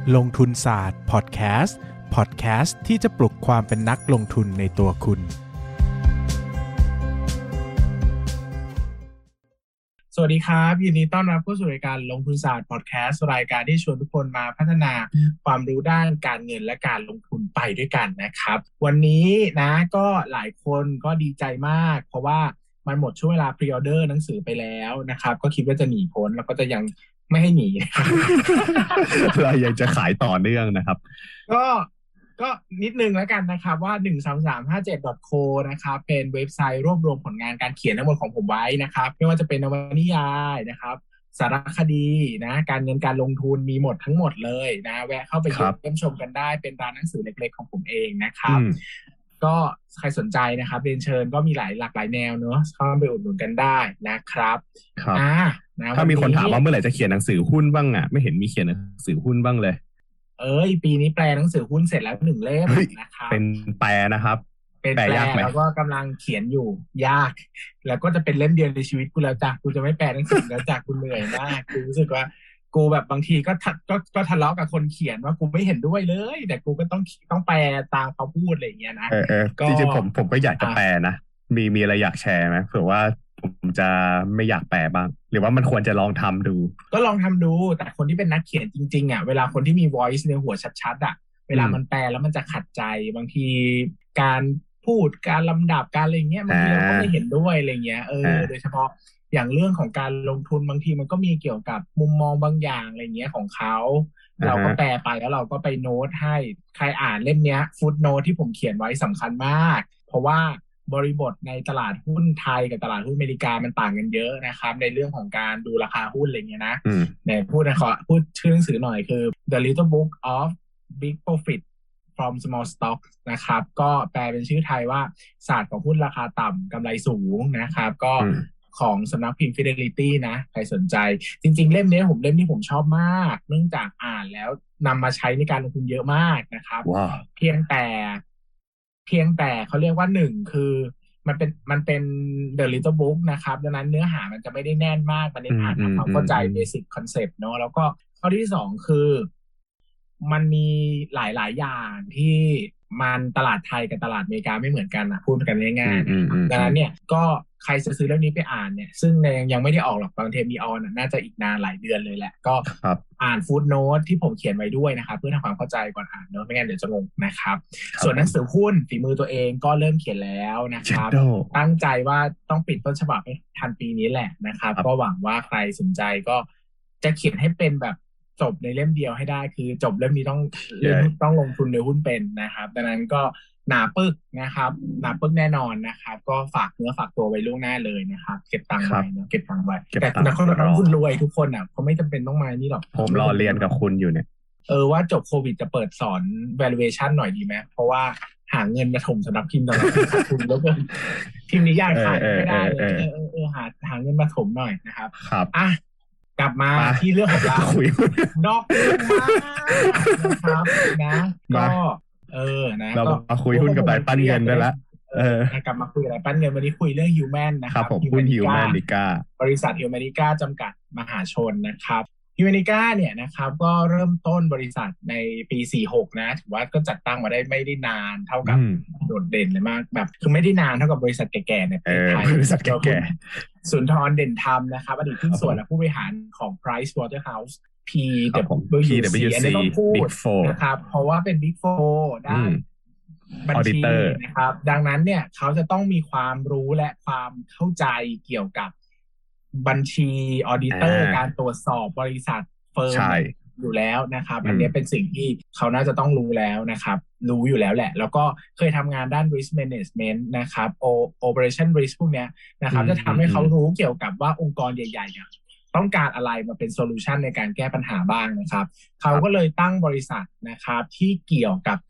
ลงทุนศาสตร์พอดแคสต์ที่จะปลุกความเป็นนักลงทุนในตัวคุณสวัสดีครับยินดีต้อนรับเข้าสู่รายการลงทุนศาสตร์พอดแคสต์รายการที่ชวนทุกคนมาพัฒนาความรู้ด้านการเงินและการลงทุนไปด้วยกันนะครับวันนี้นะก็หลายคนก็ดีใจมากเพราะว่ามันหมดช่วงเวลาพรีออเดอร์หนังสือไปแล้วนะครับก็คิดว่าจะหนีพ้นแล้วก็จะยังไม่ให้หนีเรายังจะขายต่อเนื่องนะครับก็นิดนึงแล้วกันนะครับว่า 13357.co นะครับเป็นเว็บไซต์รวบรวมผลงานการเขียนทั้งหมดของผมไว้นะครับไม่ว่าจะเป็นนวนิยายนะครับสารคดีนะการเงินการลงทุนมีหมดทั้งหมดเลยนะแวะเข้าไปเยี่ยมชมกันได้เป็นร้านหนังสือเล็กๆของผมเองนะครับก็ใครสนใจนะครับเรียนเชิญก็มีหลากหลายแนวเนอะเข้าไปอุดหนุนกันได้นะครับถ้ามีคนถามว่าเมื่อไหร่จะเขียนหนังสือหุ้นบ้างอ่ะไม่เห็นมีเขียนหนังสือหุ้นบ้างเลยปีนี้แปลหนังสือหุ้นเสร็จแล้ว1 เล่มนะครับเป็นแปลนะครับเป็นแปลแล้วก็กำลังเขียนอยู่ยากแล้วก็จะเป็นเล่มเดียวในชีวิตกูแล้วจ้ะกูจะไม่แปลหนังสือแล้วจ้ะกูเหนื่อยมากกูรู้สึกว่ากูแบบบางทีก็ทะเลาะกับคนเขียนว่ากูไม่เห็นด้วยเลยแต่กูก็ต้องแปลตามเขาพูดอะไรอย่างเงี้ยนะจริงๆผมก็อยากจะแปลนะมีอะไรอยากแชร์ไหมเผื่อว่าผมจะไม่อยากแปลบ้างหรือว่ามันควรจะลองทำดูก็ลองทำดูแต่คนที่เป็นนักเขียนจริงๆอ่ะเวลาคนที่มี voice ในหัวชัดๆอ่ะเวลามันแปลแล้วมันจะขัดใจบางทีการพูดการลำดับการอะไรเงี้ยบางทีเราก็ไม่เห็นด้วยอะไรเงี้ยโดยเฉพาะอย่างเรื่องของการลงทุนบางทีมันก็มีเกี่ยวกับมุมมองบางอย่างอะไรเงี้ยของเขาเราก็แปลไปแล้วเราก็ไปโน้ตให้ใครอ่านเล่มเนี้ยฟุตโน้ตที่ผมเขียนไว้สำคัญมากเพราะว่าบริบทในตลาดหุ้นไทยกับตลาดหุ้นอเมริกามันต่างกันเยอะนะครับในเรื่องของการดูราคาหุ้นอะไรเงี้ยนะเนี่ยพูดชื่อหนังสือหน่อยคือ The Little Book of Big Profit from Small Stocks นะครับก็แปลเป็นชื่อไทยว่าศาสตร์ของหุ้นราคาต่ำกำไรสูงนะครับก็ของสำนักพิมพ์ Fidelity นะใครสนใจจริงๆเล่มนี้ผมชอบมากเนื่องจากอ่านแล้วนำมาใช้ในการลงทุนเยอะมากนะครับ wow. เพียงแต่เขาเรียกว่า1คือมันเป็น The Little Book นะครับดังนั้นเนื้อหามันจะไม่ได้แน่นมากมันเน้นอ่านทำความเข้าใจ Basic Concept เนาะแล้วก็ข้อที่2คือมันมีหลายอย่างที่มันตลาดไทยกับตลาดอเมริกาไม่เหมือนกันนะพูดกันง่ายๆนะครับดังนั้นเนี่ยก็ใครจะซื้อเรื่องนี้ไปอ่านเนี่ยซึ่งยังไม่ได้ออกหรอกบางเทมีออนน่าจะอีกนานหลายเดือนเลยแหละก็อ่านฟู้ดโน้ตที่ผมเขียนไว้ด้วยนะครับเพื่อทำความเข้าใจก่อนอ่านเนอะไม่งั้นเดี๋ยวจะงงนะครับส่วนหนังสือหุ้นฝีมือตัวเองก็เริ่มเขียนแล้วนะครับตั้งใจว่าต้องปิดต้นฉบับให้ทันปีนี้แหละนะครับก็หวังว่าใครสนใจก็จะเขียนให้เป็นแบบจบในเล่มเดียวให้ได้คือจบเล่มนี้ต้องลงทุนในหุ้นเป็นนะครับดังนั้นก็หนาปึกนะครับหนาปึกแน่นอนนะครับก็ฝากเนื้อฝากตัวไว้ล่วงหน้าเลยนะครับเก็บตังค์ไว้นะเก็บตังค์ไว้แต่คุณรวยทุกคนอ่ะเขาไม่จำเป็นต้องมานี่หรอกผมรอเรียนกับคุณอยู่เนี่ยว่าจบโควิดจะเปิดสอน valuation หน่อยดีไหมเพราะว่าหาเงินมาถมสำหรับพิมพ์ตอนนี้ขาดทุนแล้วก็พิมพ์นี้ยากขายไม่ได้เลยหาเงินมาถมหน่อยนะครับอ่ะกลับมาที่เรื่องของเรานอกเรื่องมากนะครับนะก็นะเรามาคุยหุ้นกับรายปั้นเงินได้ละกลับมาคุยรายปั้นเงินวันนี้คุยเรื่อง Human นะครับหุ้น Humanica บริษัท Humanica จำกัดมหาชนนะครับ Humanica เนี่ยนะครับก็เริ่มต้นบริษัทในปี46นะถือว่าก็จัดตั้งมาได้ไม่ได้นานเท่ากับโดดเด่นเลยมากแบบคือไม่ได้นานเท่ากับบริษัทแก่ๆในประเทศไทยบริษัทแก่ๆสุนทรเด่นธรรมนะครับอดีตหุ้นส่วนและผู้บริหารของ Price Waterhouse PwC อันนี้ต้องพูดนะครับเพราะว่าเป็น Big 4 ด้านบัญชีนะครับดังนั้นเนี่ยเขาจะต้องมีความรู้และความเข้าใจเกี่ยวกับบัญชีออดิเตอร์การตรวจสอบบริษัทเฟิร์มอยู่แล้วนะครับอันนี้เป็นสิ่งที่เขาน่าจะต้องรู้แล้วนะครับรู้อยู่แล้วแหละแล้วก็เคยทำงานด้าน risk management นะครับ operation risk พวกนี้นะครับจะทำให้เขารู้เกี่ยวกับว่าองค์กรใหญ่ๆเนี่ยต้องการอะไรมาเป็นโซลูชันในการแก้ปัญหาบ้างนะครับเขาก็เลยตั้งบริษัทนะครับที่เกี่ยวกับ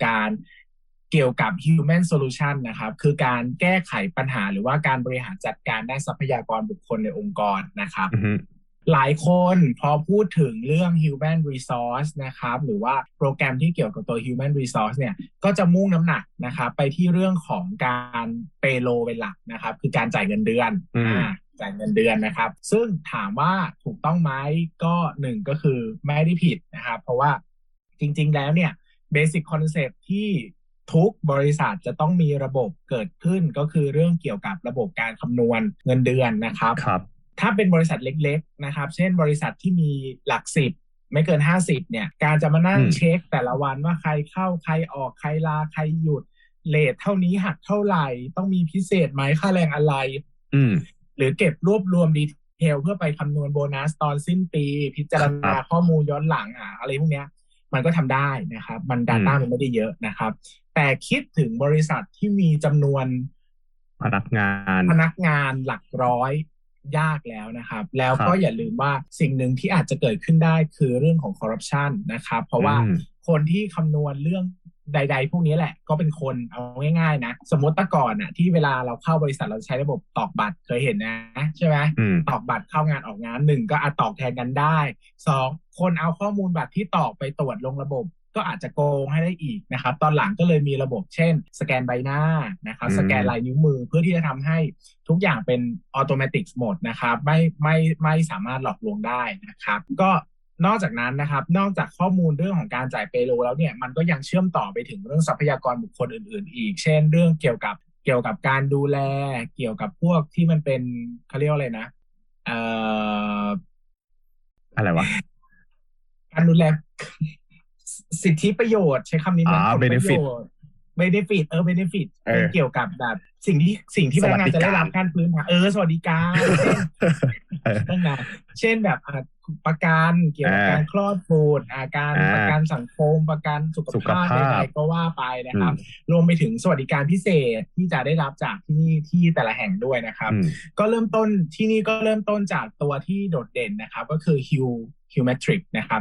Human Solution นะครับคือการแก้ไขปัญหาหรือว่าการบริหารจัดการด้านทรัพยากรบุคคลในองค์กรนะครับหลายคนพอพูดถึงเรื่อง Human Resource นะครับหรือว่าโปรแกรมที่เกี่ยวกับตัว Human Resource เนี่ยก็จะมุ่งน้ำหนักนะครับไปที่เรื่องของการ payroll เป็นหลักนะครับคือการจ่ายเงินเดือนจ่ายเงินเดือนนะครับซึ่งถามว่าถูกต้องไหมก็1ก็คือไม่ได้ผิดนะครับเพราะว่าจริงๆแล้วเนี่ยเบสิ c คอนเซปต์ที่ทุกบริษัทจะต้องมีระบบเกิดขึ้นก็คือเรื่องเกี่ยวกับระบบการคำนวณเงินเดือนนะครับถ้าเป็นบริษัทเล็กๆนะครับเช่นบริษัทที่มีหลักสิบไม่เกิน50เนี่ยการจะมานั่งเช็คแต่ละวันว่าใครเข้าใครออกใครลาใครหยุดเรทเท่านี้หักเท่าไหร่ต้องมีพิเศษไหมค่าแรงอะไรหรือเก็บรวบรวมดีเทลเพื่อไปคำนวณโบนัสตอนสิ้นปีพิจารณาข้อมูลย้อนหลังอะไรพวกนี้มันก็ทำได้นะครับมัน Data มันไม่ได้เยอะนะครับแต่คิดถึงบริษัทที่มีจำนวนพนักงานหลักร้อยยากแล้วนะครับแล้วก็อย่าลืมว่าสิ่งหนึ่งที่อาจจะเกิดขึ้นได้คือเรื่องของคอร์รัปชันนะครับเพราะว่าคนที่คำนวณเรื่องใดๆพวกนี้แหละก็เป็นคนเอาง่ายๆนะสมมติแต่ก่อนอ่ะที่เวลาเราเข้าบริษัทเราใช้ระบบตอกบัตรเคยเห็นนะใช่ไหมตอกบัตรเข้างานออกงาน1ก็อาจตอกแทนกันได้2คนเอาข้อมูลบัตรที่ตอกไปตรวจลงระบบก็อาจจะโกงให้ได้อีกนะครับตอนหลังก็เลยมีระบบเช่นสแกนใบหน้านะครับสแกนลายนิ้วมือเพื่อที่จะทำให้ทุกอย่างเป็นออโตเมติกหมดนะครับไม่สามารถหลอกลวงได้นะครับก็นอกจากนั้นนะครับนอกจากข้อมูลเรื่องของการจ่ายเปโลแล้วเนี่ยมันก็ยังเชื่อมต่อไปถึงเรื่องทรัพยากรบุคคลอื่นๆอีกเช่นเรื่องเกี่ยวกับการดูแลเกี่ยวกับพวกที่มันเป็นเขาเรียกว่าอะไรนะอะไรวะการดูแลสิทธิประโยชน์ใช้คำนี้มันผลประโยชน์benefit benefit เกี่ยวกับแบบสิ่งที่พนักงานจะได้รับขั้นพื้นฐานสวัสดิการตั้งนานเช่นแบบประกันเกี่ยวกับการคลอดบุตรการประกันสังคมประกันสุขภาพใดๆก็ว่าไปนะครับรวมไปถึงสวัสดิการพิเศษที่จะได้รับจากที่แต่ละแห่งด้วยนะครับก็เริ่มต้นที่นี่ก็เริ่มต้นจากตัวที่โดดเด่นนะครับก็คือ Humetric นะครับ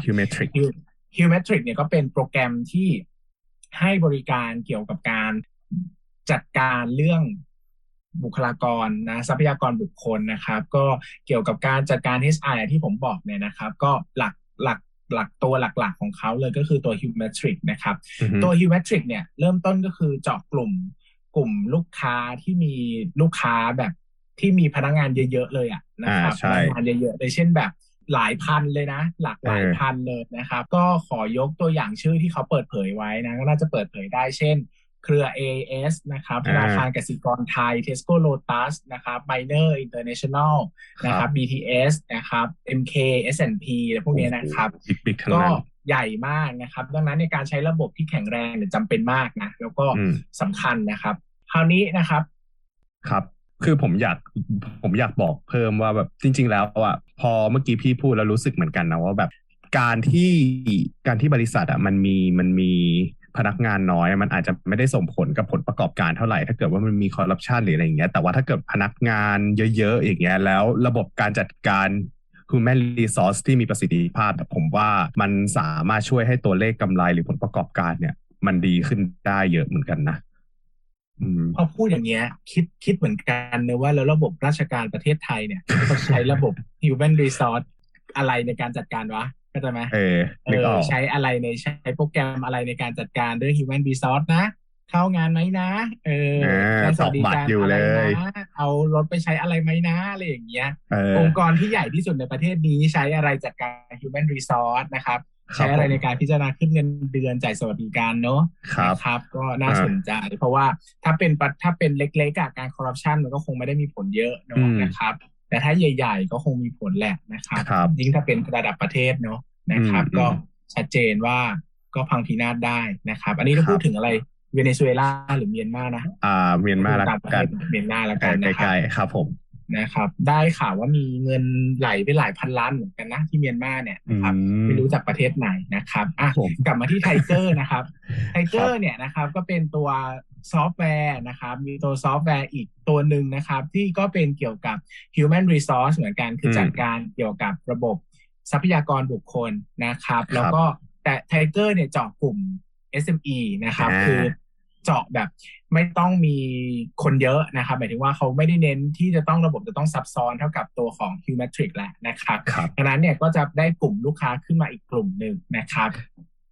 Humetric เนี่ยก็เป็นโปรแกรมที่ให้บริการเกี่ยวกับการจัดการเรื่องบุคลากรนะทรัพยากรบุคคลนะครับก็เกี่ยวกับการจัดการ HR ที่ผมบอกเนี่ยนะครับก็หลักตัวหลักๆของเขาเลยก็คือตัว Humetric นะครับตัว Humetric เนี่ยเริ่มต้นก็คือเจาะกลุ่มลูกค้าที่มีลูกค้าแบบที่มีพนักงานเยอะๆเลยนะครับพนักงานเยอะๆเลยเช่นแบบหลายพันเลยนะหลายพันเลยนะครับก็ขอยกตัวอย่างชื่อที่เขาเปิดเผยไว้นะก็น่าจะเปิดเผยได้เช่นเครือ AIS นะครับธนาคารกสิกรไทย Tesco Lotus นะครับ Miner International นะครับ BTS นะครับ MK S&P และพวกนี้นะครับก็ใหญ่มากนะครับดังนั้นในการใช้ระบบที่แข็งแรงเนี่ยจำเป็นมากนะแล้วก็สำคัญนะครับคราวนี้นะครับครับคือผมอยากบอกเพิ่มว่าแบบจริงๆแล้วพอเมื่อกี้พี่พูดแล้วรู้สึกเหมือนกันนะว่าแบบการที่บริษัทมันมีพนักงานน้อยมันอาจจะไม่ได้ส่งผลกับผลประกอบการเท่าไหร่ถ้าเกิดว่ามันมีคอร์รัปชันหรืออะไรอย่างเงี้ยแต่ว่าถ้าเกิดพนักงานเยอะๆอย่างเงี้ยแล้วระบบการจัดการ human resource ที่มีประสิทธิภาพผมว่ามันสามารถช่วยให้ตัวเลขกำไรหรือผลประกอบการเนี่ยมันดีขึ้นได้เยอะเหมือนกันนะพอพูดอย่างเงี้ยคิดเหมือนกันนะว่าแล้วระบบราชการประเทศไทยเนี่ยเขาใช้ระบบ human resource อะไรในการจัดการวะเข้าใจไหมใช้อะไรใช้โปรแกรมอะไรในการจัดการเรื่อง human resource นะเข้างานไหมนะสอบบัตรอยู่เลยเอารถไปใช้อะไรไหมนะอะไรอย่างเงี้ยองค์กรที่ใหญ่ที่สุดในประเทศนี้ใช้อะไรจัดการ human resource นะครับใช้อะไรในการพิจารณาขึ้นเงินเดือนจ่ายสวัสดิการเนาะนะครับก็น่าสนใจเพราะว่าถ้าเป็นเล็กๆการคอร์รัปชันมันก็คงไม่ได้มีผลเยอะเนาะนะครับแต่ถ้าใหญ่ๆก็คงมีผลแหละนะครับยิ่งถ้าเป็นระดับประเทศเนาะนะครับก็ชัดเจนว่าก็พังพินาศได้นะครับอันนี้เราพูดถึงอะไรเวเนซุเอลาหรือเมียนมานะเมียนมาแล้วกันเมียนมาแล้วกันนะครับครับผมนะครับได้ข่าวว่ามีเงินไหลไปหลายพันล้านเหมือนกันนะที่เมียนมาเนี่ยนะครับไม่รู้จากประเทศไหนนะครับกลับมาที่ไทเกอร์นะครับไทเกอร์เนี่ยนะครับก็เป็นตัวซอฟต์แวร์นะครับมีตัวซอฟต์แวร์อีกตัวหนึ่งนะครับที่ก็เป็นเกี่ยวกับ human resource เหมือนกันคือจัดการเกี่ยวกับระบบทรัพยากรบุคคลนะครับแล้วก็แต่ไทเกอร์เนี่ยเจาะกลุ่ม SME นะครับคือเจาะแบบไม่ต้องมีคนเยอะนะครับหมายถึงว่าเขาไม่ได้เน้นที่จะต้องระบบจะต้องซับซ้อนเท่ากับตัวของ Humetric แหละนะครับดังนั้นเนี่ยก็จะได้กลุ่มลูกค้าขึ้นมาอีกกลุ่มหนึ่งนะครับ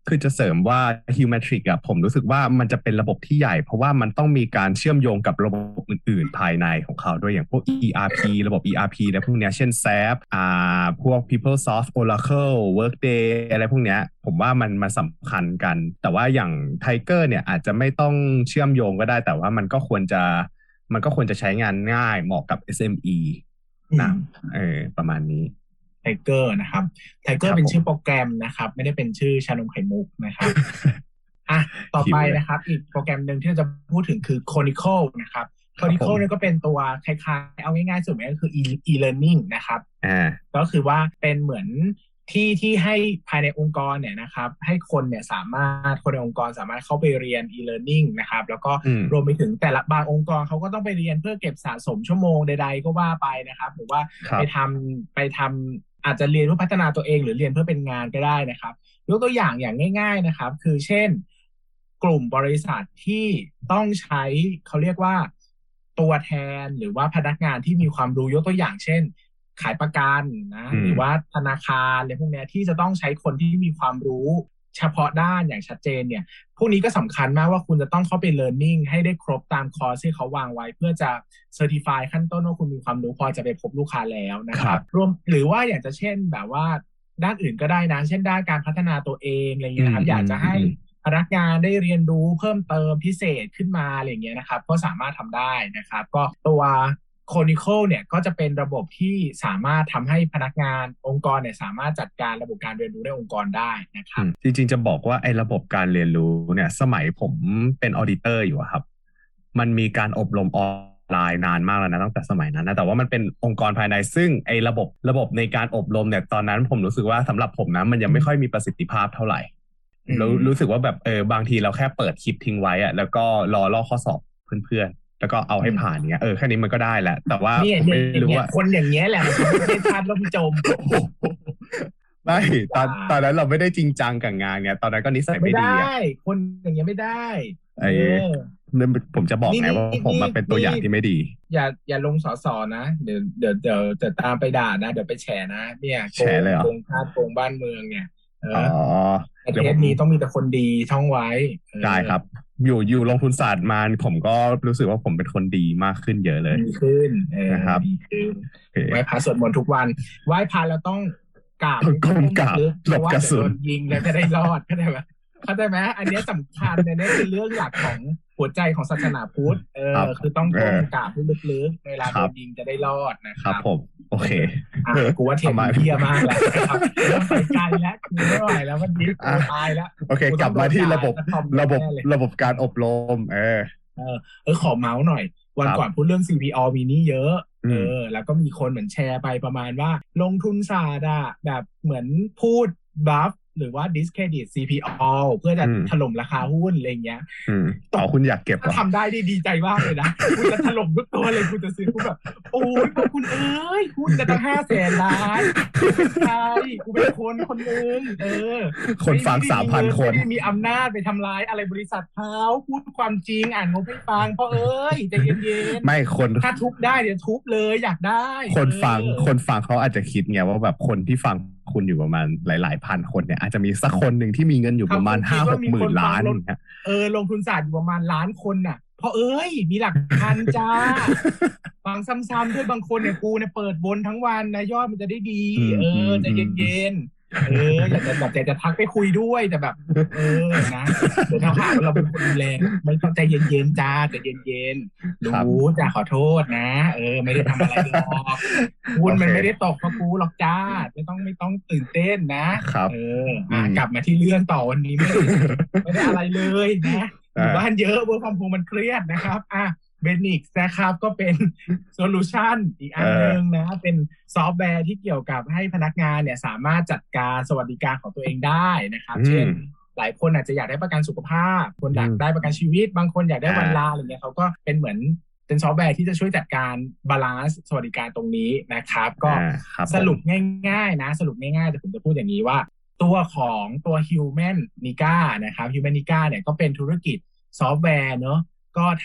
คือจะเสริมว่า Humetric อ่ะผมรู้สึกว่ามันจะเป็นระบบที่ใหญ่เพราะว่ามันต้องมีการเชื่อมโยงกับระบบอื่นๆภายในของเขาด้วยอย่างพวก ERP ระบบ ERP และพวกเนี้ยเช่น SAP พวก PeopleSoft Oracle Workday อะไรพวกเนี้ยผมว่ามันสำคัญกันแต่ว่าอย่าง Tiger เนี่ยอาจจะไม่ต้องเชื่อมโยงก็ได้แต่ว่ามันก็ควรจะใช้งานง่ายเหมาะกับ SME นะประมาณนี้ไทเกอร์นะครับไทเกอร์เป็นชื่อโปรแกรมนะครับไม่ได้เป็นชื่อชานมไข่มุกนะครับต่อไปนะครับอีกโปรแกรมหนึ่งที่เราจะพูดถึงคือ Chronicle นะครับ Chronicle เนี่ยก็เป็นตัวคล้ายๆเอาง่ายๆสุดมันก็คือ e-learning นะครับก็คือว่าเป็นเหมือนที่ให้ภายในองค์กรเนี่ยนะครับให้คนเนี่ยคนในองค์กรสามารถเข้าไปเรียน e-learning นะครับแล้วก็รวมไปถึงแต่ละบางองค์กรเขาก็ต้องไปเรียนเพื่อเก็บสะสมชั่วโมงใดๆก็ว่าไปนะครับหรือว่าไปทำอาจจะเรียนเพื่อพัฒนาตัวเองหรือเรียนเพื่อเป็นงานก็ได้นะครับยกตัวอย่างง่ายๆนะครับคือเช่นกลุ่มบริษัทที่ต้องใช้เขาเรียกว่าตัวแทนหรือว่าพนักงานที่มีความรู้ยกตัวอย่างเช่นขายประกันนะหรือว่าธนาคารอะไรพวกนี้ที่จะต้องใช้คนที่มีความรู้เฉพาะด้านอย่างชัดเจนเนี่ยพวกนี้ก็สำคัญมากว่าคุณจะต้องเข้าไป learning ให้ได้ครบตามคอร์สที่เขาวางไว้เพื่อจะ certify ขั้นต้นว่าคุณมีความรู้พอจะไปพบลูกค้าแล้วนะครับรวมหรือว่าอยากจะเช่นแบบว่าด้านอื่นก็ได้นะเช่นด้านการพัฒนาตัวเองอะไรเงี้ยนะครับอยากจะให้พนักงานได้เรียนรู้เพิ่มเติมพิเศษขึ้นมาอะไรเงี้ยนะครับก็สามารถทำได้นะครับก็ตัวChronicle เนี่ยก็จะเป็นระบบที่สามารถทำให้พนักงานองค์กรเนี่ยสามารถจัดการระบบการเรียนรู้ในองค์กรได้นะครับจริงๆจะบอกว่าไอ้ระบบการเรียนรู้เนี่ยสมัยผมเป็นออดิเตอร์อยู่ครับมันมีการอบรมออนไลน์นานมากแล้วนะตั้งแต่สมัยนั้นนะแต่ว่ามันเป็นองค์กรภายในซึ่งไอ้ระบบในการอบรมเนี่ยตอนนั้นผมรู้สึกว่าสำหรับผมนะมันยังไม่ค่อยมีประสิทธิภาพเท่าไหร่แล้วรู้สึกว่าแบบบางทีเราแค่เปิดคลิปทิ้งไว้อะแล้วก็รอลอกข้อสอบเพื่อนๆแล้วก็เอาให้ผ่านเนี้ยแค่นี้มันก็ได้แหละแต่ว่าผมไม่รู้ว่าคนอย่างเงี้ยแหละมันไม่ได้ชาติล่มจมไม่ตอนนั้นเราไม่ได้จริงจังกับงานไงตอนนั้นก็นิสัยไม่ดีอ่ะคนอย่างเงี้ยไม่ได้ผมจะบอกไงว่าผมมาเป็นตัวอย่างที่ไม่ดีอย่าลงสสนะเดี๋ยวจะตามไปด่านะเดี๋ยวไปแฉนะเนี่ยแฉเลยเหรอโกงชาติโกงบ้านเมืองเนี่ยประเทศนี้ต้องมีแต่คนดีท่องไว้ได้ครับอยู่ลงทุนศาสตร์มาผมก็รู้สึกว่าผมเป็นคนดีมากขึ้นเยอะเลยดีขึ้นนะครับดีขึ้นไหว้พระสวดมนต์ทุกวันไหว้พระแล้วต้องกราบหลบกระสุนยิงแล้วจะได้รอดเข้าใจไหมอันนี้สำคัญเนี่ยคือเรื่องหลักของหัวใจของศาสนาพุทธคือต้องก้มกราบให้ลึกๆเวลาโดนยิงจะได้รอดนะครับผมโอเคกูว่าเทมเพียมากแล้วนะครับเริ่มไปไกลแล้วกูไม่ไหวแล้ววันนี้กูตายแล้วโอเคกลับมาที่ระบบการอบรมขอเมาส์หน่อยวันก่อนพูดเรื่อง CPO มีนี่เยอะแล้วก็มีคนเหมือนแชร์ไปประมาณว่าลงทุนศาสตร์แบบเหมือนพูดบัฟหรือว่า discredit CPO เพื่อจะถล่มราคาหุ้นอะไรเงี้ยคุณอยากเก็บก็ทำได้ดีใจมากเลยนะคุณจะถล่มทุกตัวเลยคุณจะซื้อคุณแบบโอ้ยพวกคุณหุ้นจะตั้ง500,000 ล้านใช่กูเป็นคนนึงคนฟัง 3,000 คนไม่มีอำนาจไปทำร้ายอะไรบริษัทเขาพูดความจริงอ่านงบให้ฟังเพราะใจเย็นๆไม่คนถ้าทุบได้เดี๋ยวทุบเลยอยากได้คนฟังเขาอาจจะคิดไงว่าแบบคนที่ฟังคุณอยู่ประมาณหลายๆพันคนเนี่ยอาจจะมีสักคนหนึ่งที่มีเงินอยู่ประมาณ 5-6 หมื่นล้านลงทุนศาสตร์อยู่ประมาณล้านคนน่ะเพราะมีหลักพันจ้าฟังซ้ำๆด้วยบางคนเนี่ยกูเนี่ยเปิดบนทั้งวันนะยอดมันจะได้ดีใจเย็นๆอยากจะแบบจะทักไปคุยด้วยแต่แบบนะเดี๋ยวถ้าหากเราเป็นคนแรงไม่ต้องใจเย็นๆจ้าใจเย็นๆรู้จ้าขอโทษนะไม่ได้ทำอะไรหรอกคุณมันไม่ได้ตกเพราะกูหรอกจ้าไม่ต้องตื่นเต้นนะกลับมาที่เรื่องต่อวันนี้ไม่ได้อะไรเลยนะบ้านเยอะเวิร์คฟรอมโฮมมันเครียดนะครับเบนิกนะครับก็เป็นโซลูชันอีกอันนึงนะเป็นซอฟต์แวร์ที่เกี่ยวกับให้พนักงานเนี่ยสามารถจัดการสวัสดิการของตัวเองได้นะครับเช่นหลายคนอาจจะอยากได้ประกันสุขภาพคนอยากได้ประกันชีวิตบางคนอยากได้วันลาอะไรเงี้ยเขาก็เป็นเหมือนเป็นซอฟต์แวร์ที่จะช่วยจัดการบาลานซ์สวัสดิการตรงนี้นะครับก็สรุปง่ายๆนะสรุปง่ายๆแต่ผมจะพูดอย่างนี้ว่าตัวของตัว Humanica นะครับ Humanica เนี่ยก็เป็นธุรกิจซอฟต์แวร์เนอะก็ทำ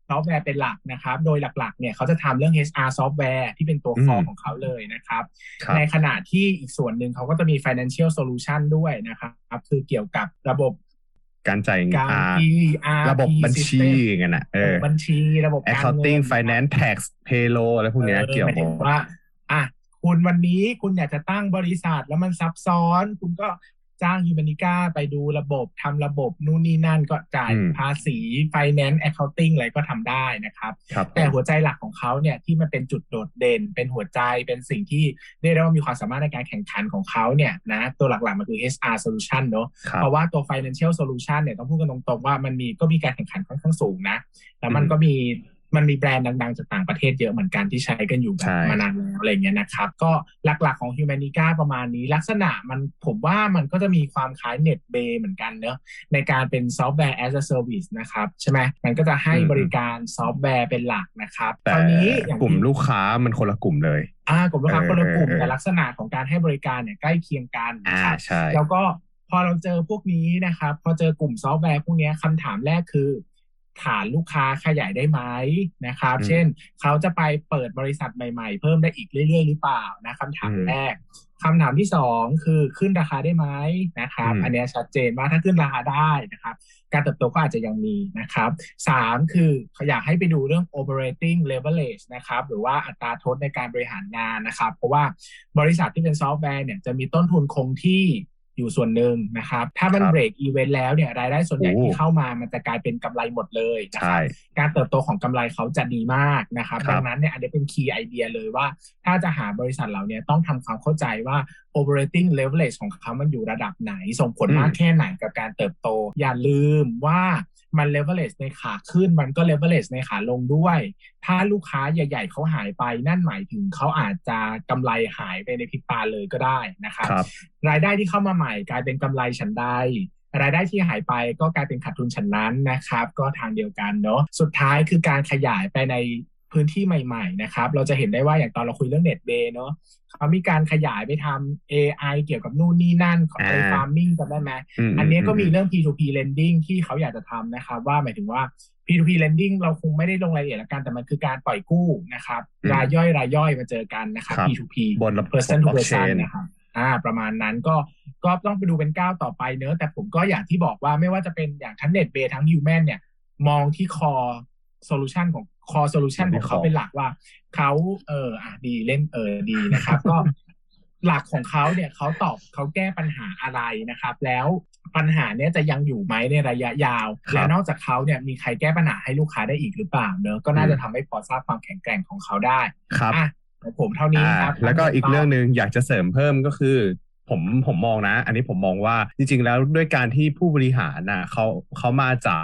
ซอฟต์แวร์เป็นหลักนะครับโดยหลักๆเนี่ยเขาจะทำเรื่อง HR ซอฟต์แวร์ที่เป็นตัวคอของเขาเลยนะครับในขณะที่อีกส่วนหนึ่งเขาก็จะมี financial solution ด้วยนะครับคือเกี่ยวกับระบบการจ่ายเงินระบบบัญชีอย่างเงี้ยนะบัญชีระบบการเงิน accounting finance tax payroll อะไรพวกนี้เกี่ยวกับว่าคุณวันนี้คุณอยากจะตั้งบริษัทแล้วมันซับซ้อนคุณก็จ้างHumanicaไปดูระบบทำระบบนู่นนี่นั่นก็จ่ายภาษี finance accounting อะไรก็ทำได้นะครับแต่หัวใจหลักของเขาเนี่ยที่มันเป็นจุดโดดเด่นเป็นหัวใจเป็นสิ่งที่เรียกได้ว่ามีความสามารถในการแข่งขันของเขาเนี่ยนะตัวหลักๆมันคือ HR solution เนอะเพราะว่าตัว financial solution เนี่ยต้องพูดกันตรงๆว่ามันก็มีการแข่งขันค่อนข้างสูงนะแล้วมันก็มีแบรนด์ดังๆจากต่างประเทศเยอะเหมือนกันที่ใช้กันอยู่แบบมานานแล้วอะไรเงี้ยนะครับก็หลักๆของ Humanica ประมาณนี้ลักษณะมันผมว่ามันก็จะมีความคล้าย NetBay เหมือนกันเนอะในการเป็น Software as a Service นะครับใช่ไหมมันก็จะให้บริการซอฟต์แวร์เป็นหลักนะครับตอนนี้กลุ่มลูกค้ามันคนละกลุ่มเลยกลุ่มลูกค้าคนละกลุ่มแต่ลักษณะของการให้บริการเนี่ยใกล้เคียงกันนะครับแล้วก็พอเราเจอพวกนี้นะครับพอเจอกลุ่มซอฟต์แวร์พวกนี้คำถามแรกคือฐานลูกค้าขยายได้ไหมนะครับเช่นเขาจะไปเปิดบริษัทใหม่ๆเพิ่มได้อีกเรื่อยๆหรือเปล่านะคำถามแรกคำถามที่2คือขึ้นราคาได้ไหมนะครับอันนี้ชัดเจนว่าถ้าขึ้นราคาได้นะครับการเติบโตก็อาจจะยังมีนะครับ3คืออยากให้ไปดูเรื่อง operating leverage นะครับหรือว่าอัตราทดในการบริหารงานนะครับเพราะว่าบริษัทที่เป็นซอฟต์แวร์เนี่ยจะมีต้นทุนคงที่อยู่ส่วนหนึ่งนะครับถ้ามันเบรกอีเวนต์แล้วเนี่ยรายได้ส่วนใหญ่ที่เข้ามามันจะกลายเป็นกำไรหมดเลยนะครับการเติบโตของกำไรเขาจะดีมากนะครับดังนั้นเนี่ยอันนี้เป็นคีย์ไอเดียเลยว่าถ้าจะหาบริษัทเราเนี่ยต้องทำความเข้าใจว่า operating leverage ของเขามันอยู่ระดับไหนส่งผลมากแค่ไหนกับการเติบโตอย่าลืมว่ามัน leverage ในขาขึ้นมันก็ leverage ในขาลงด้วยถ้าลูกค้าใหญ่ๆเขาหายไปนั่นหมายถึงเขาอาจจะกำไรหายไปในพริบตาเลยก็ได้นะครับรายได้ที่เข้ามาใหม่กลายเป็นกำไรฉันใดรายได้ที่หายไปก็กลายเป็นขาดทุนฉันนั้นนะครับก็ทางเดียวกันเนาะสุดท้ายคือการขยายไปในพื้นที่ใหม่ๆนะครับเราจะเห็นได้ว่าอย่างตอนเราคุยเรื่อง NetBay เนาะเขามีการขยายไปทำ AI เกี่ยวกับนู่นนี่นั่นของ farming จำได้ไหมอันนี้ก็มีเรื่อง P2P lending ที่เขาอยากจะทำนะครับว่าหมายถึงว่า P2P lending เราคงไม่ได้ลงรายละเอียดละกันแต่มันคือการปล่อยกู้นะครับรายย่อยมาเจอกันนะครับ P2P บน person to person นะครับประมาณนั้นก็ต้องไปดูเป็นก้าวต่อไปเนอะแต่ผมก็อย่างที่บอกว่าไม่ว่าจะเป็นอย่างทั้ง NetBay ทั้ง Human เนี่ยมองที่ core solution ของ core solution ของเขาเป็นหลักว่าเขาดีเล่นดีนะครับก็หลักของเขาเนี่ยเขาแก้ปัญหาอะไรนะครับแล้วปัญหาเนี้ยจะยังอยู่ไหมในระยะยาวและนอกจากเขาเนี่ยมีใครแก้ปัญหาให้ลูกค้าได้อีกหรือเปล่าเนอะก็น่าจะทำให้พอทราบความแข็งแกร่งของเขาได้ครับผมเท่านี้ครับแล้วก็อีกเรื่องนึงอยากจะเสริมเพิ่มก็คือผมมองนะอันนี้ผมมองว่าจริงๆแล้วด้วยการที่ผู้บริหารน่ะเขามาจาก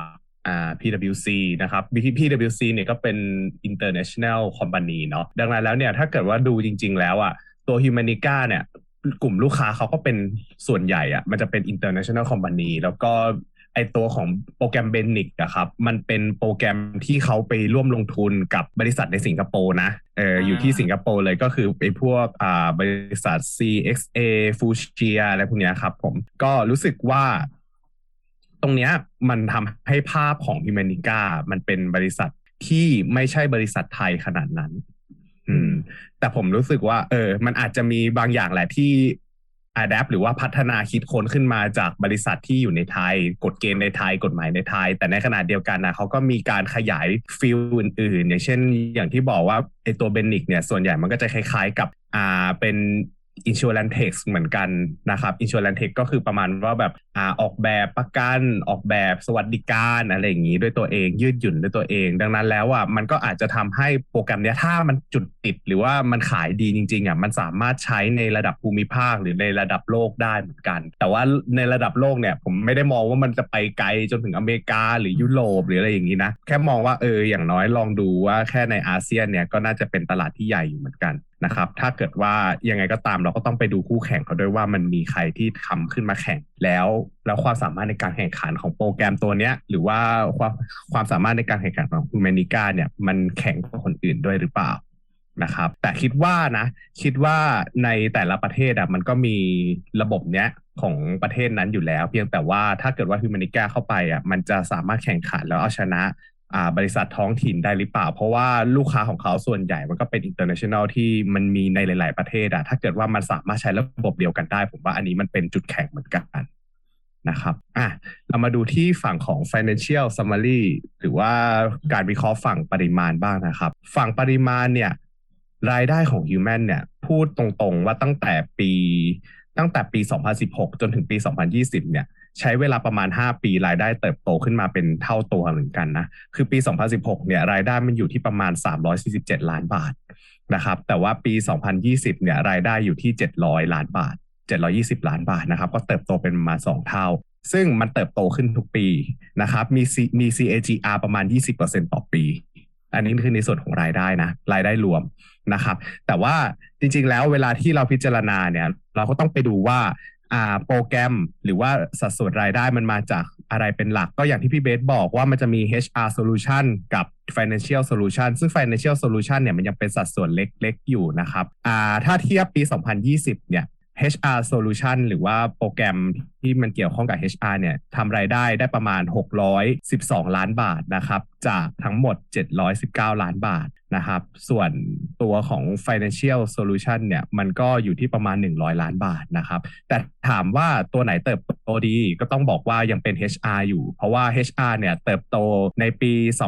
PwC นะครับ PwC เนี่ยก็เป็น international company เนาะดังนั้นแล้วเนี่ยถ้าเกิดว่าดูจริงๆแล้วตัว Humanica เนี่ยกลุ่มลูกค้าเขาก็เป็นส่วนใหญ่มันจะเป็น international company แล้วก็ไอตัวของโปรแกรม Benic ครับมันเป็นโปรแกรมที่เขาไปร่วมลงทุนกับบริษัทในสิงคโปร์นะอยู่ที่สิงคโปร์เลยก็คือไอพวกบริษัท CXA Fuchsia อะไรพวกนี้ครับผมก็รู้สึกว่าตรงเนี้ยมันทำให้ภาพของ Humanica มันเป็นบริษัทที่ไม่ใช่บริษัทไทยขนาดนั้นแต่ผมรู้สึกว่ามันอาจจะมีบางอย่างแหละที่ adapt หรือว่าพัฒนาคิดค้นขึ้นมาจากบริษัทที่อยู่ในไทยกฎเกณฑ์ในไทยกฎหมายในไทยแต่ในขณะเดียวกันนะเขาก็มีการขยายฟิลอื่นๆอย่างเช่นอย่างที่บอกว่าไอตัว Benic เนี่ยส่วนใหญ่มันก็จะคล้ายๆกับเป็น Insurtech เหมือนกันนะครับ Insurtech ก็คือประมาณว่าแบบออกแบบประกันออกแบบสวัสดิการอะไรอย่างนี้ด้วยตัวเองยืดหยุ่นด้วยตัวเองดังนั้นแล้วมันก็อาจจะทำให้โปรแกรมเนี้ยถ้ามันจุดติดหรือว่ามันขายดีจริงๆมันสามารถใช้ในระดับภูมิภาคหรือในระดับโลกได้เหมือนกันแต่ว่าในระดับโลกเนี่ยผมไม่ได้มองว่ามันจะไปไกลจนถึงอเมริกาหรือยุโรปหรืออะไรอย่างนี้นะแค่มองว่าอย่างน้อยลองดูว่าแค่ในอาเซียนเนี่ยก็น่าจะเป็นตลาดที่ใหญ่อยู่เหมือนกันนะครับถ้าเกิดว่ายังไงก็ตามเราก็ต้องไปดูคู่แข่งเขาด้วยว่ามันมีใครที่ทำขึ้นมาแข่งแล้วความสามารถในการแข่งขันของโปรแกรมตัวเนี้ยหรือว่าความสามารถในการแข่งขันของ Humanica เนี่ยมันแข่งกับคนอื่นด้วยหรือเปล่านะครับแต่คิดว่าในแต่ละประเทศมันก็มีระบบเนี้ยของประเทศนั้นอยู่แล้วเพียงแต่ว่าถ้าเกิดว่า Humanica เข้าไปมันจะสามารถแข่งขันแล้วเอาชนะบริษัทท้องถิ่นได้หรือเปล่าเพราะว่าลูกค้าของเขาส่วนใหญ่มันก็เป็น international ที่มันมีในหลายๆประเทศถ้าเกิดว่ามันสามารถใช้ระบบเดียวกันได้ผมว่าอันนี้มันเป็นจุดแข็งเหมือนกันนะครับเรามาดูที่ฝั่งของ financial summary หรือว่าการวิเคราะห์ฝั่งปริมาณบ้างนะครับฝั่งปริมาณเนี่ยรายได้ของ Human เนี่ยพูดตรงๆว่าตั้งแต่ปี 2016 จนถึงปี 2020 เนี่ยใช้เวลาประมาณ 5 ปีรายได้เติบโตขึ้นมาเป็นเท่าตัวเหมือนกันนะคือปี 2016 เนี่ยรายได้มันอยู่ที่ประมาณ 347 ล้านบาทนะครับแต่ว่าปี 2020 เนี่ยรายได้อยู่ที่ 700 ล้านบาท720 ล้านบาทนะครับก็เติบโตเป็นประมาณ2เท่าซึ่งมันเติบโตขึ้นทุกปีนะครับมี CAGR ประมาณ 20% ต่อปีอันนี้คือในส่วนของรายได้นะรายได้รวมนะครับแต่ว่าจริงๆแล้วเวลาที่เราพิจารณาเนี่ยเราก็ต้องไปดูว่าโปรแกรมหรือว่าสัดส่วนรายได้มันมาจากอะไรเป็นหลักก็อย่างที่พี่เบสบอกว่ามันจะมี HR Solution กับ Financial Solution ซึ่ง Financial Solution เนี่ยมันยังเป็นสัดส่วนเล็กๆอยู่นะครับถ้าเทียบปี 2020 เนี่ยHR Solution หรือว่าโปรแกรมที่มันเกี่ยวข้องกับ HR เนี่ยทำรายได้ประมาณ612ล้านบาทนะครับจากทั้งหมด719ล้านบาทนะครับส่วนตัวของ Financial Solution เนี่ยมันก็อยู่ที่ประมาณ100ล้านบาทนะครับแต่ถามว่าตัวไหนเติบโตดีก็ต้องบอกว่ายังเป็น HR อยู่เพราะว่า HR เนี่ยเติบโตในปี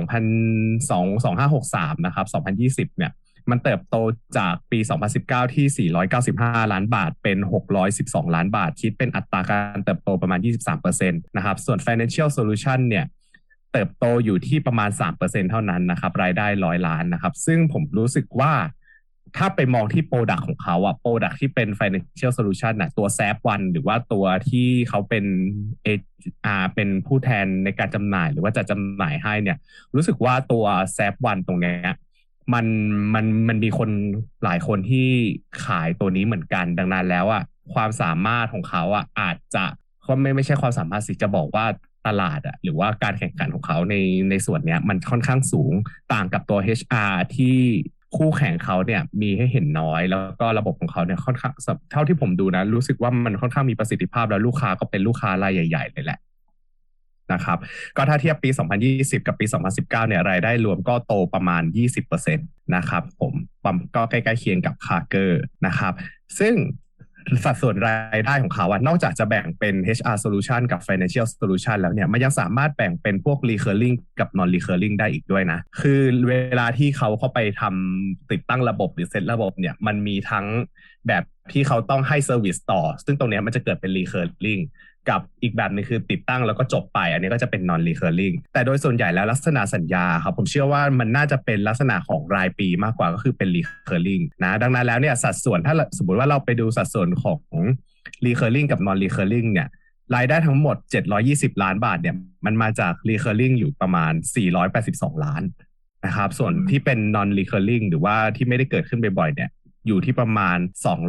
2563นะครับ2020เนี่ยมันเติบโตจากปี 2019 ที่495ล้านบาทเป็น612ล้านบาทคิดเป็นอัตราการเติบโตประมาณ 23% นะครับส่วน Financial Solution เนี่ยเติบโตอยู่ที่ประมาณ 3% เท่านั้นนะครับรายได้100ล้านนะครับซึ่งผมรู้สึกว่าถ้าไปมองที่ Product ของเขาProduct ที่เป็น Financial Solution ตัว SAP1 หรือว่าตัวที่เขาเป็นผู้แทนในการจำหน่ายหรือว่าจะจำหน่ายให้เนี่ยรู้สึกว่าตัว SAP1 ตรงนี้มันมีคนหลายคนที่ขายตัวนี้เหมือนกันดังนั้นแล้วความสามารถของเขาอาจจะก็ไม่ใช่ความสามารถสิจะบอกว่าตลาดหรือว่าการแข่งขันของเขาในส่วนนี้มันค่อนข้างสูงต่างกับตัว HR ที่คู่แข่งเขาเนี่ยมีให้เห็นน้อยแล้วก็ระบบของเขาเนี่ยค่อนข้างเท่าที่ผมดูนะรู้สึกว่ามันค่อนข้างมีประสิทธิภาพแล้วลูกค้าก็เป็นลูกค้ารายใหญ่ๆเลยแหละนะครับก็ถ้าเทียบปี 2020 กับปี 2019 เนี่ยรายได้รวมก็โตประมาณ 20% นะครับผมก็ใกล้ๆเคียงกับคาร์เกอร์นะครับซึ่งสัดส่วนรายได้ของเขานอกจากจะแบ่งเป็น HR Solution กับ Financial Solution แล้วเนี่ยมันยังสามารถแบ่งเป็นพวก Recurring กับ Non Recurring ได้อีกด้วยนะคือเวลาที่เขาเข้าไปทำติดตั้งระบบหรือเซตระบบเนี่ยมันมีทั้งแบบที่เขาต้องให้ Service ต่อซึ่งตรงนี้มันจะเกิดเป็น Recurringกับอีกแบบนึงคือติดตั้งแล้วก็จบไปอันนี้ก็จะเป็น non recurring แต่โดยส่วนใหญ่แล้วลักษณะสัญญาครับผมเชื่อว่ามันน่าจะเป็นลักษณะของรายปีมากกว่าก็คือเป็น recurring นะดังนั้นแล้วเนี่ยสัดส่วนถ้าสมมติว่าเราไปดูสัดส่วนของ recurring กับ non recurring เนี่ยรายได้ทั้งหมด720ล้านบาทเนี่ยมันมาจาก recurring อยู่ประมาณ482ล้านนะครับส่วนที่เป็น non recurring หรือว่าที่ไม่ได้เกิดขึ้นบ่อยๆเนี่ยอยู่ที่ประมาณ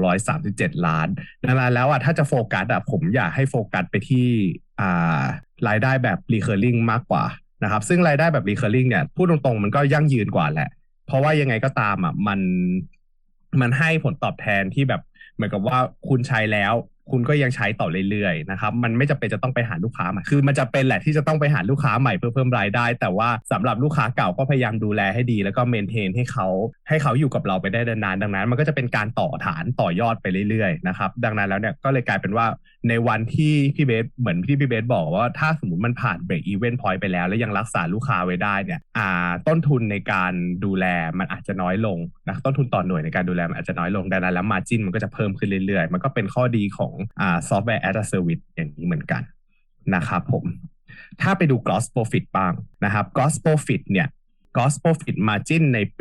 237ล้านดังนั้นแล้วถ้าจะโฟกัสผมอยากให้โฟกัสไปที่รายได้แบบ recurring มากกว่านะครับซึ่งรายได้แบบ recurring เนี่ยพูดตรงๆมันก็ยั่งยืนกว่าแหละเพราะว่ายังไงก็ตามมันให้ผลตอบแทนที่แบบเหมือนกับว่าคุณใช้แล้วคุณก็ยังใช้ต่อเรื่อยๆนะครับมันไม่จำเป็นจะต้องไปหาลูกค้าใหม่คือมันจะเป็นแหละที่จะต้องไปหาลูกค้าใหม่เพื่อเพิ่มรายได้แต่ว่าสำหรับลูกค้าเก่าก็พยายามดูแลให้ดีแล้วก็เมนเทนให้เขาอยู่กับเราไปได้นานๆดังนั้นมันก็จะเป็นการต่อฐานต่อยอดไปเรื่อยๆนะครับดังนั้นแล้วเนี่ยก็เลยกลายเป็นว่าในวันที่พี่เบสเหมือนที่พี่เบสบอกว่าถ้าสมมติมันผ่านเบรกอีเวนต์พอยต์ไปแล้วยังรักษาลูกค้าไว้ได้เนี่ยต้นทุนในการดูแลมันอาจจะน้อยลงนะต้นทุนต่อหน่วยในการดูแลมันอาจจะน้อยลงดังนั้นแล้วมาร์จิ้นมันก็จะเพิ่มขึ้นเรื่อยๆมันก็เป็นข้อดีของsoftware as a service อย่างนี้เหมือนกันนะครับผมถ้าไปดู gross profit บ้างนะครับ gross profit เนี่ย gross profit margin ในปี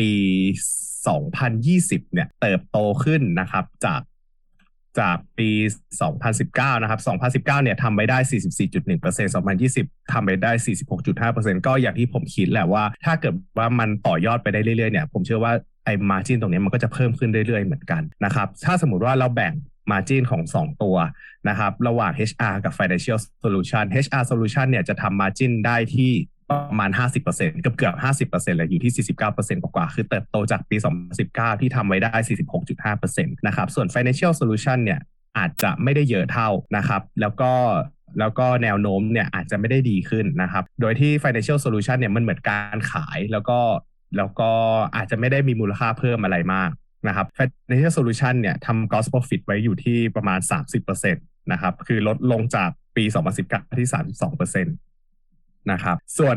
2020 เนี่ยเติบโตขึ้นนะครับจากปี 2019 นะครับ 2019 เนี่ยทำไปได้ 44.1% 2020 ทำไปได้ 46.5% ก็อย่างที่ผมคิดแหละว่าถ้าเกิดว่ามันต่อยอดไปได้เรื่อยๆเนี่ยผมเชื่อว่าไอ้ margin ตรงนี้มันก็จะเพิ่มขึ้นเรื่อยๆเหมือนกันนะครับถ้าสมมุติว่าเราแบ่งmargin ของ2ตัวนะครับระหว่าง HR กับ Financial Solution HR Solution เนี่ยจะทำ margin ได้ที่ประมาณ 50% เกือบ 50% เลยอยู่ที่ 49% กว่าๆคือเติบโตจากปี 2019 ที่ทำไว้ได้ 46.5% นะครับส่วน Financial Solution เนี่ยอาจจะไม่ได้เยอะเท่านะครับแล้วก็แล้วก็แนวโน้มเนี่ยอาจจะไม่ได้ดีขึ้นนะครับโดยที่ financial solution เนี่ยมันเหมือนการขายแล้วก็อาจจะไม่ได้มีมูลค่าเพิ่มอะไรมากนะครับ financial solution เนี่ยทำ gross profit ไว้อยู่ที่ประมาณ 30% นะครับคือลดลงจากปี 2019 ที่ 32% นะครับส่วน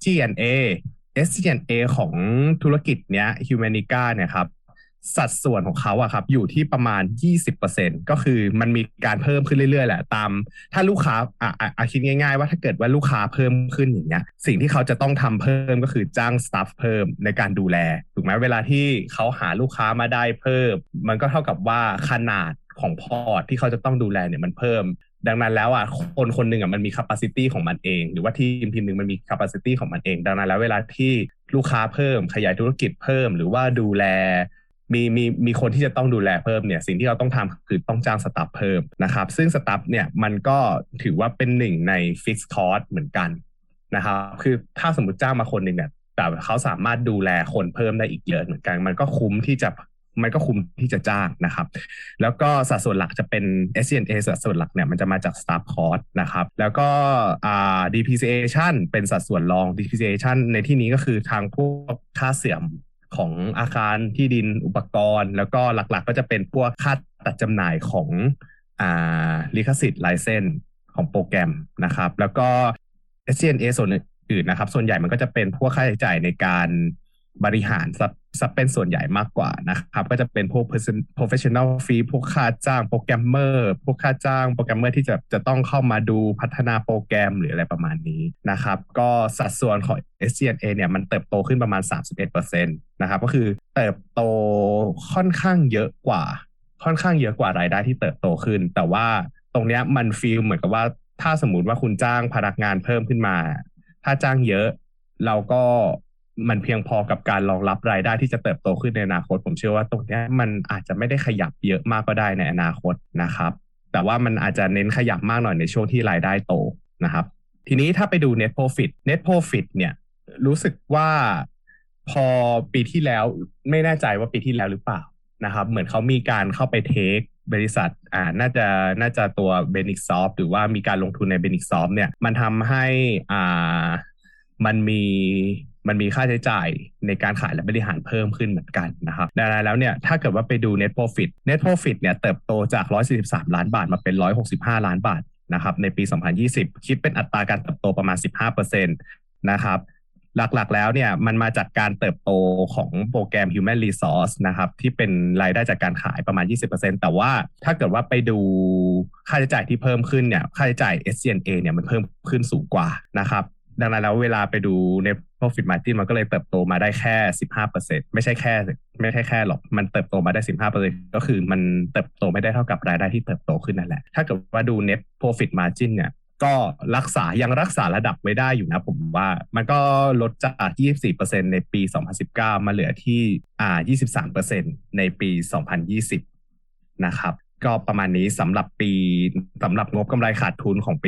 SG&A ของธุรกิจเนี้ย Humanica เนี่ยครับสัดส่วนของเขาอะครับอยู่ที่ประมาณ 20% ก็คือมันมีการเพิ่มขึ้นเรื่อยๆแหละตามถ้าลูกค้าคิดง่ายๆว่าถ้าเกิดว่าลูกค้าเพิ่มขึ้นอย่างเงี้ยสิ่งที่เขาจะต้องทำเพิ่มก็คือจ้างสตาฟเพิ่มในการดูแลถูกไหมเวลาที่เขาหาลูกค้ามาได้เพิ่มมันก็เท่ากับว่าขนาดของพอร์ตที่เขาจะต้องดูแลเนี่ยมันเพิ่มดังนั้นแล้วอ่ะคนหนึ่งอ่ะมันมี capacity ของมันเองหรือว่าทีมหนึ่งมันมี capacity ของมันเองดังนั้นแล้วเวลาที่ลูกค้าเพิ่มขยายธุรกิจเพิ่มหรือว่าดูแลมีคนที่จะต้องดูแลเพิ่มเนี่ยสิ่งที่เราต้องทำคือต้องจ้างสตาฟเพิ่มนะครับซึ่งสตาฟเนี่ยมันก็ถือว่าเป็นหนึ่งใน fixed cost เหมือนกันนะครับคือถ้าสมมติจ้างมาคนหนึ่งเนี่ยแต่เขาสามารถดูแลคนเพิ่มได้อีกเยอะเหมือนกันมันก็คุ้มที่จะจ้างนะครับแล้วก็สัดส่วนหลักจะเป็น SG&A สัดส่วนหลักเนี่ยมันจะมาจาก staff cost นะครับแล้วก็depreciation เป็นสัดส่วนรอง depreciation ในที่นี้ก็คือทางพวกค่าเสื่อมของอาคารที่ดินอุปกรณ์แล้วก็หลักๆก็จะเป็นพวกค่าตัดจำหน่ายของลิขสิทธิ์ไลเซนส์ของโปรแกรมนะครับแล้วก็ SG&A ส่วนอื่นนะครับส่วนใหญ่มันก็จะเป็นพวกค่าใช้จ่ายในการบริหารซับเป็นส่วนใหญ่มากกว่านะครับก็จะเป็นพวก professional fee พวกค่าจ้างโปรแกรมเมอร์พวกค่าจ้างโปรแกรมเมอร์ที่จะต้องเข้ามาดูพัฒนาโปรแกรมหรืออะไรประมาณนี้นะครับก็สัดส่วนของ SG&A เนี่ยมันเติบโตขึ้นประมาณ 31% นะครับก็คือเติบโตค่อนข้างเยอะกว่ารายได้ที่เติบโตขึ้นแต่ว่าตรงเนี้ยมันฟีลเหมือนกับว่าถ้าสมมุติว่าคุณจ้างพนักงานเพิ่มขึ้นมาถ้าจ้างเยอะเราก็มันเพียงพอกับการรองรับรายได้ที่จะเติบโตขึ้นในอนาคตผมเชื่อว่าตรงนี้มันอาจจะไม่ได้ขยับเยอะมากก็ได้ในอนาคตนะครับแต่ว่ามันอาจจะเน้นขยับมากหน่อยในช่วงที่รายได้โตนะครับทีนี้ถ้าไปดู net profit เนี่ยรู้สึกว่าพอปีที่แล้วไม่แน่ใจว่าปีที่แล้วหรือเปล่านะครับเหมือนเขามีการเข้าไปเทคบริษัทน่าจะตัว Benixoft หรือว่ามีการลงทุนใน Benixoft เนี่ยมันทำให้มันมีค่าใช้จ่ายในการขายและบริหารเพิ่มขึ้นเหมือนกันนะครับดังนั้นแล้วเนี่ยถ้าเกิดว่าไปดู net profit เนี่ยเติบโตจาก143ล้านบาทมาเป็น165ล้านบาทนะครับในปี2020คิดเป็นอัตราการเติบโตประมาณ 15% นะครับหลักๆแล้วเนี่ยมันมาจากการเติบโตของโปรแกรม Human Resource นะครับที่เป็นรายได้จากการขายประมาณ 20% แต่ว่าถ้าเกิดว่าไปดูค่าใช้จ่ายที่เพิ่มขึ้นเนี่ยค่าใช้จ่าย SG&A เนี่ยมันเพิ่มขึ้นสูงกว่านะครับดังนั้นแล้วเวลาไปดู net profit margin มันก็เลยเติบโตมาได้แค่ 15% ไม่ใช่แค่หรอกมันเติบโตมาได้ 15% ก็คือมันเติบโตไม่ได้เท่ากับรายได้ที่เติบโตขึ้นนั่นแหละถ้าเกิดว่าดู net profit margin เนี่ยก็ยังรักษาระดับไว้ได้อยู่นะผมว่ามันก็ลดจาก 24% ในปี 2019 มาเหลือที่ 23% ในปี 2020 นะครับก็ประมาณนี้สำหรับงบกำไรขาดทุนของปี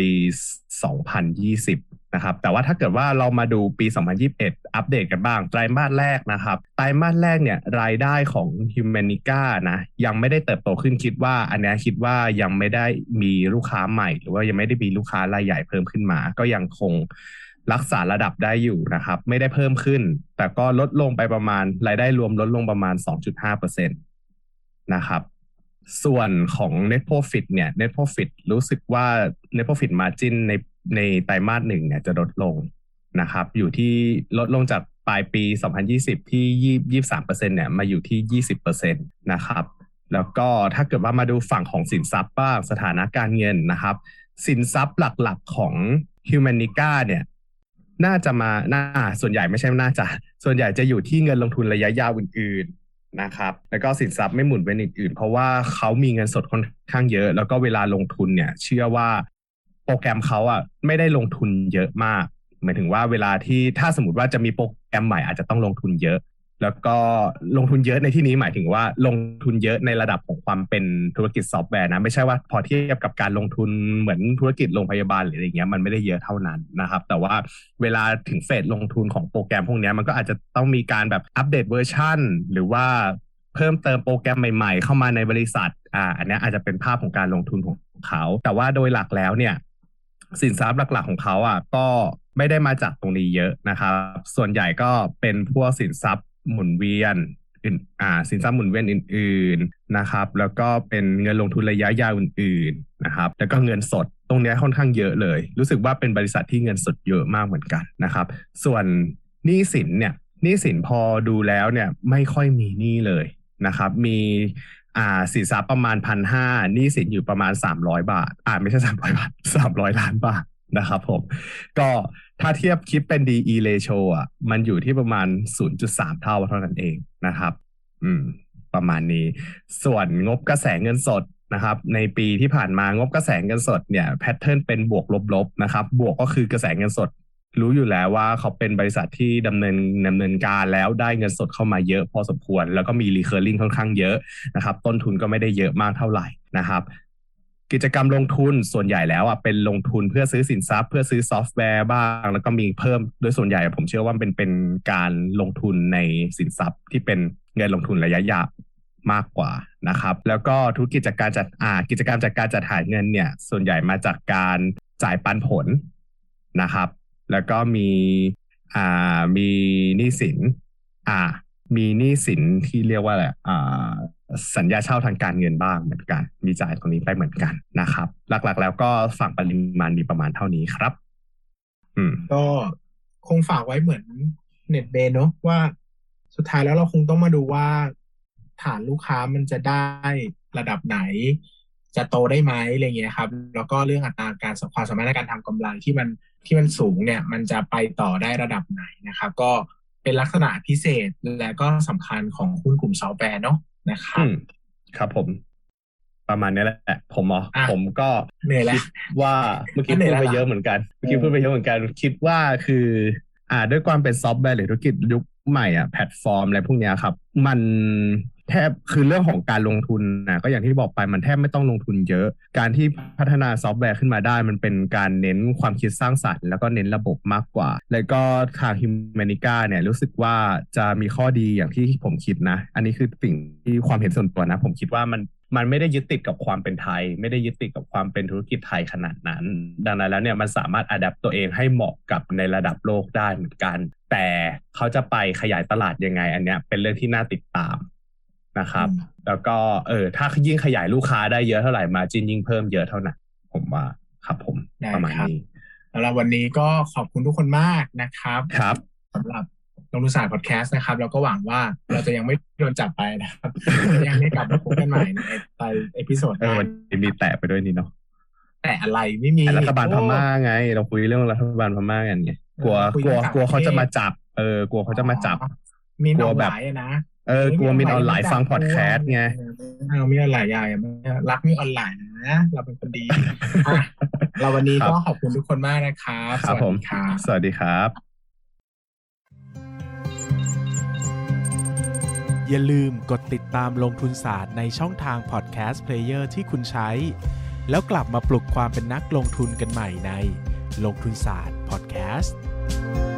2020 นะครับแต่ว่าถ้าเกิดว่าเรามาดูปี 2021 อัปเดตกันบ้างไตรมาสแรกนะครับไตรมาสแรกเนี่ยรายได้ของ Humanica นะยังไม่ได้เติบโตขึ้นคิดว่ายังไม่ได้มีลูกค้าใหม่หรือว่ายังไม่ได้มีลูกค้ารายใหญ่เพิ่มขึ้นมาก็ยังคงรักษาระดับได้อยู่นะครับไม่ได้เพิ่มขึ้นแต่ก็ลดลงไปประมาณรายได้รวมลดลงประมาณ 2.5% นะครับส่วนของ net profit เนี่ย net profit รู้สึกว่า net profit margin ในไตรมาส1เนี่ยจะลดลงนะครับอยู่ที่ลดลงจากปลายปี 2020 ที่ 23% เนี่ยมาอยู่ที่ 20% นะครับแล้วก็ถ้าเกิดว่ามาดูฝั่งของสินทรัพย์บ้างสถานะการเงินนะครับสินทรัพย์หลักๆของ Humanica เนี่ยส่วนใหญ่ไม่ใช่ส่วนใหญ่จะอยู่ที่เงินลงทุนระยะยาวอื่นๆนะครับแล้วก็สินทรัพย์ไม่หมุนเวียนอื่นๆเพราะว่าเขามีเงินสดค่อนข้างเยอะแล้วก็เวลาลงทุนเนี่ยเชื่อว่าโปรแกรมเขาไม่ได้ลงทุนเยอะมากหมายถึงว่าเวลาที่ถ้าสมมติว่าจะมีโปรแกรมใหม่อาจจะต้องลงทุนเยอะแล้วก็ลงทุนเยอะในที่นี้หมายถึงว่าลงทุนเยอะในระดับของความเป็นธุรกิจซอฟต์แวร์นะไม่ใช่ว่าพอเทียบกับการลงทุนเหมือนธุรกิจโรงพยาบาลหรืออะไรเงี้ยมันไม่ได้เยอะเท่านั้นนะครับแต่ว่าเวลาถึงเฟสลงทุนของโปรแกรมพวกนี้มันก็อาจจะต้องมีการแบบอัปเดตเวอร์ชันหรือว่าเพิ่มเติมโปรแกรมใหม่ๆเข้ามาในบริษัทอันนี้อาจจะเป็นภาพของการลงทุนของเขาแต่ว่าโดยหลักแล้วเนี่ยสินทรัพย์หลักๆของเขาก็ไม่ได้มาจากตรงนี้เยอะนะครับส่วนใหญ่ก็เป็นพวกสินทรัพย์หมุนเวียนสินทรัพย์หมุนเวียนอื่นๆนะครับแล้วก็เป็นเงินลงทุนระยะยาวอื่นๆนะครับแล้วก็เงินสดตรงนี้ค่อนข้างเยอะเลยรู้สึกว่าเป็นบริษัทที่เงินสดเยอะมากเหมือนกันนะครับส่วนหนี้สินพอดูแล้วเนี่ยไม่ค่อยมีหนี้เลยนะครับมีสินทรัพย์ประมาณ 1,500 หนี้สินอยู่ประมาณ300 บาทไม่ใช่300 บาท300 ล้านบาทนะครับผมก็ถ้าเทียบคิดเป็น DE ratio มันอยู่ที่ประมาณ 0.3 เท่าเท่านั้นเองนะครับประมาณนี้ส่วนงบกระแสเงินสดนะครับในปีที่ผ่านมางบกระแสเงินสดเนี่ยแพทเทิร์นเป็นบวกลบๆนะครับบวกก็คือกระแสเงินสดรู้อยู่แล้วว่าเขาเป็นบริษัทที่ดำเนินการแล้วได้เงินสดเข้ามาเยอะพอสมควรแล้วก็มี recurring ค่อนข้างเยอะนะครับต้นทุนก็ไม่ได้เยอะมากเท่าไหร่นะครับกิจกรรมลงทุนส่วนใหญ่แล้วเป็นลงทุนเพื่อซื้อสินทรัพย์เพื่อซื้อซอฟต์แวร์บ้างแล้วก็มีเพิ่มโดยส่วนใหญ่ผมเชื่อว่าเป็นการลงทุนในสินทรัพย์ที่เป็นเงินลงทุนระยะยาวมากกว่านะครับแล้วก็ทุกกิจกรรมจากการจัดหาเงินเนี่ยส่วนใหญ่มาจากการจ่ายปันผลนะครับแล้วก็มีหนี้สินมีหนี้สินที่เรียกว่าอะไรสัญญาเช่าทางการเงินบ้างเหมือนกันมีจ่ายตรงนี้ไปเหมือนกันนะครับหลักๆแล้วก็ฝั่งปริมาณมีประมาณเท่านี้ครับก็คงฝากไว้เหมือนเน็ตเบนเนาะว่าสุดท้ายแล้วเราคงต้องมาดูว่าฐานลูกค้ามันจะได้ระดับไหนจะโตได้ไหมอะไรเงี้ยครับแล้วก็เรื่องอัตราการความสามารถในการทำกำไรที่มันสูงเนี่ยมันจะไปต่อได้ระดับไหนนะครับก็เป็นลักษณะพิเศษและก็สำคัญของหุ้นกลุ่มซอฟต์แวร์เนาะนะครับครับผมประมาณนี้แหละผมก็คิดว่าเมื่อกี้พูดไปเยอะเหมือนกันคิดว่าคือด้วยความเป็นซอฟต์แวร์หรือธุรกิจยุคใหม่แพลตฟอร์มอะไรพวกนี้ครับมันแทบคือเรื่องของการลงทุนก็อย่างที่บอกไปมันแทบไม่ต้องลงทุนเยอะการที่พัฒนาซอฟต์แวร์ขึ้นมาได้มันเป็นการเน้นความคิดสร้างสรรค์แล้วก็เน้นระบบมากกว่าแล้วก็ทาง Humanica เนี่ยรู้สึกว่าจะมีข้อดีอย่างที่ผมคิดนะอันนี้คือสิ่งที่ความเห็นส่วนตัวนะผมคิดว่ามันไม่ได้ยึดติดกับความเป็นไทยไม่ได้ยึดติดกับความเป็นธุรกิจไทยขนาดนั้นดังนั้นแล้วเนี่ยมันสามารถอัดแอปตัวเองให้เหมาะกับในระดับโลกได้เหมือนกันแต่เขาจะไปขยายตลาดยังไงอันเนี้ยเป็นเรื่องที่น่าติดตามนะครับแล้วก็ถ้ายิ่งขยายลูกค้าได้เยอะเท่าไหร่มาร์จิ้นยิ่งเพิ่มเยอะเท่านั้นผมว่าครับผมประมาณนี้แล้ววันนี้ก็ขอบคุณทุกคนมากนะครับครับสำหรับลงทุนศาสตร์พอดแคสต์นะครับแล้วก็หวังว่าเราจะยังไม่โดนจับไปนะครับยังไม่กลับมาพบกันใหม่ในเอพิโซดหน้ามีแตะไปด้วยนี่เนาะแต่อะไรไม่มีรัฐบาลพม่าไงเราคุยเรื่องรัฐบาลพม่ากันไงกลัวเขาจะมาจับกลัวเขาจะมาจับกลัวแบบนะกลัวมีออนไลน์ฟังพอดแคสต์ไงมีออนไลน์ใหญ่รักมีออนไลน์นะเราเป็นคนดีเราวันนี้ก็ขอบคุณทุกคนมากนะครับสวัสดีครับสวัสดีครับอย่าลืมกดติดตามลงทุนศาสตร์ในช่องทางพอดแคสต์เพลเยอร์ที่คุณใช้แล้วกลับมาปลุกความเป็นนักลงทุนกันใหม่ในลงทุนศาสตร์พอดแคสต์